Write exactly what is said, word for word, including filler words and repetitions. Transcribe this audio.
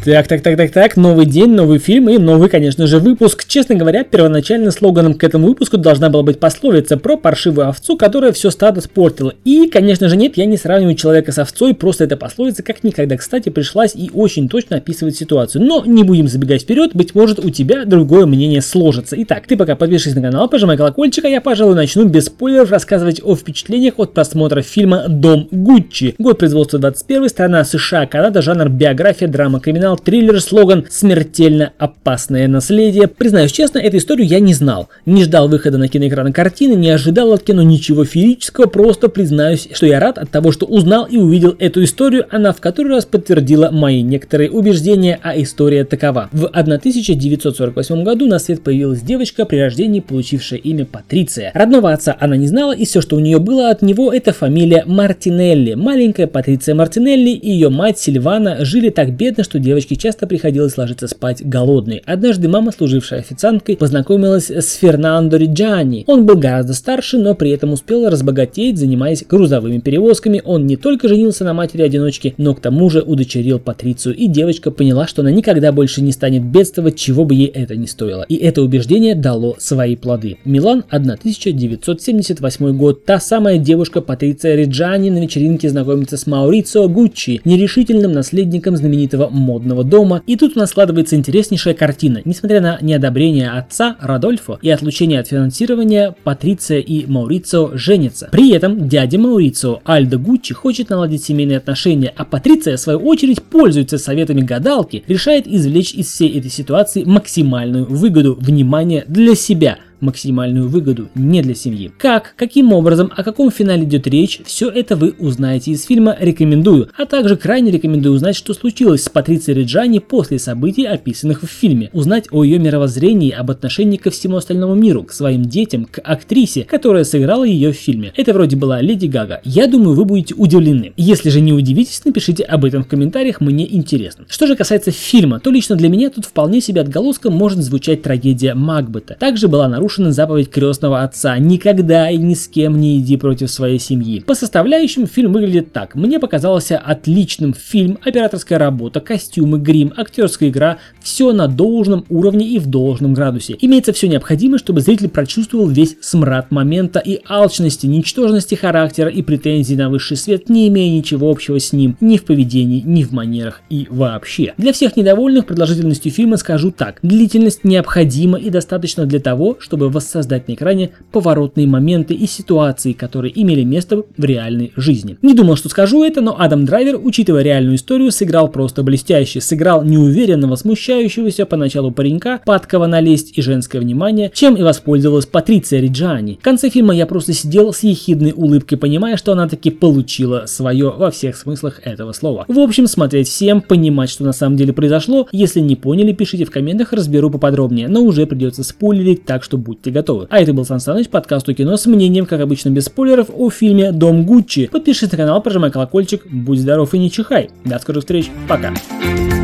Так, так, так, так, так, новый день, новый фильм и новый, конечно же, выпуск. Честно говоря, первоначально слоганом к этому выпуску должна была быть пословица про паршивую овцу, которая все стадо спортила. И, конечно же, нет, я не сравниваю человека с овцой, просто эта пословица как никогда, кстати, пришлась и очень точно описывает ситуацию. Но не будем забегать вперед, быть может, у тебя другое мнение сложится. Итак, ты пока подпишись на канал, пожимай колокольчик, а я, пожалуй, начну без спойлеров рассказывать о впечатлениях от просмотра фильма «Дом Гуччи». Год производства двадцать первый, страна США, Канада, жанр биография, драма, криминал, триллер, слоган «Смертельно опасное наследие». Признаюсь честно, эту историю я не знал. Не ждал выхода на киноэкраны картины, не ожидал от кино ничего феерического, просто признаюсь, что я рад от того, что узнал и увидел эту историю, она в который раз подтвердила мои некоторые убеждения, а история такова. В тысяча девятьсот сорок восьмом году на свет появилась девочка, при рождении получившая имя Патриция. Родного отца она не знала, и все, что у нее было от него, это фамилия Мартинелли. Маленькая Патриция Мартинелли и ее мать Сильвана жили так бедно, что девочке часто приходилось ложиться спать голодной. Однажды мама, служившая официанткой, познакомилась с Фернандо Риджани. Он был гораздо старше, но при этом успел разбогатеть, занимаясь грузовыми перевозками. Он не только женился на матери-одиночке, но к тому же удочерил Патрицию, и девочка поняла, что она никогда больше не станет бедствовать, чего бы ей это ни стоило. И это убеждение дало свои плоды. Милан, тысяча девятьсот семьдесят восьмой год. Та самая девушка Патриция Риджани на вечеринке знакомится с Маурицио Гуччи, нерешительным наследником знаменитого модного дома. И тут у нас складывается интереснейшая картина. Несмотря на неодобрение отца Родольфо и отлучение от финансирования, Патриция и Маурицио женятся. При этом дядя Маурицио, Альдо Гуччи, хочет наладить семейные отношения, а Патриция, в свою очередь, пользуется советами гадалки, решает извлечь из всей этой ситуации максимальную выгоду, внимание, для себя. Максимальную выгоду не для семьи. Как, каким образом, о каком финале идет речь, все это вы узнаете из фильма, рекомендую. А также крайне рекомендую узнать, что случилось с Патрицией Риджани после событий, описанных в фильме. Узнать о ее мировоззрении, об отношении ко всему остальному миру, к своим детям, к актрисе, которая сыграла ее в фильме. Это вроде была Леди Гага. Я думаю, вы будете удивлены. Если же не удивитесь, напишите об этом в комментариях, мне интересно. Что же касается фильма, то лично для меня тут вполне себе отголоском может звучать трагедия Макбета. Также была нарушена заповедь крестного отца: никогда и ни с кем не иди против своей семьи. По составляющим фильм выглядит так. Мне показался отличным фильм, операторская работа, костюмы, грим, актерская игра, все на должном уровне и в должном градусе. Имеется все необходимое, чтобы зритель прочувствовал весь смрад момента, и алчности, ничтожности характера и претензий на высший свет, не имея ничего общего с ним ни в поведении, ни в манерах и вообще. Для всех недовольных продолжительностью фильма скажу так: длительность необходима и достаточно для того, чтобы чтобы воссоздать на экране поворотные моменты и ситуации, которые имели место в реальной жизни. Не думал, что скажу это, но Адам Драйвер, учитывая реальную историю, сыграл просто блестяще. Сыграл неуверенного, смущающегося поначалу паренька, падкого на лесть и женское внимание, чем и воспользовалась Патриция Риджани. В конце фильма я просто сидел с ехидной улыбкой, понимая, что она таки получила свое во всех смыслах этого слова. В общем, смотреть всем, понимать, что на самом деле произошло. Если не поняли, пишите в комментах, разберу поподробнее, но уже придется спойлерить, так что будьте готовы. А это был Сан Саныч, подкаст о кино с мнением, как обычно, без спойлеров, о фильме «Дом Гуччи». Подпишись на канал, прожимай колокольчик, будь здоров и не чихай. До скорых встреч, пока!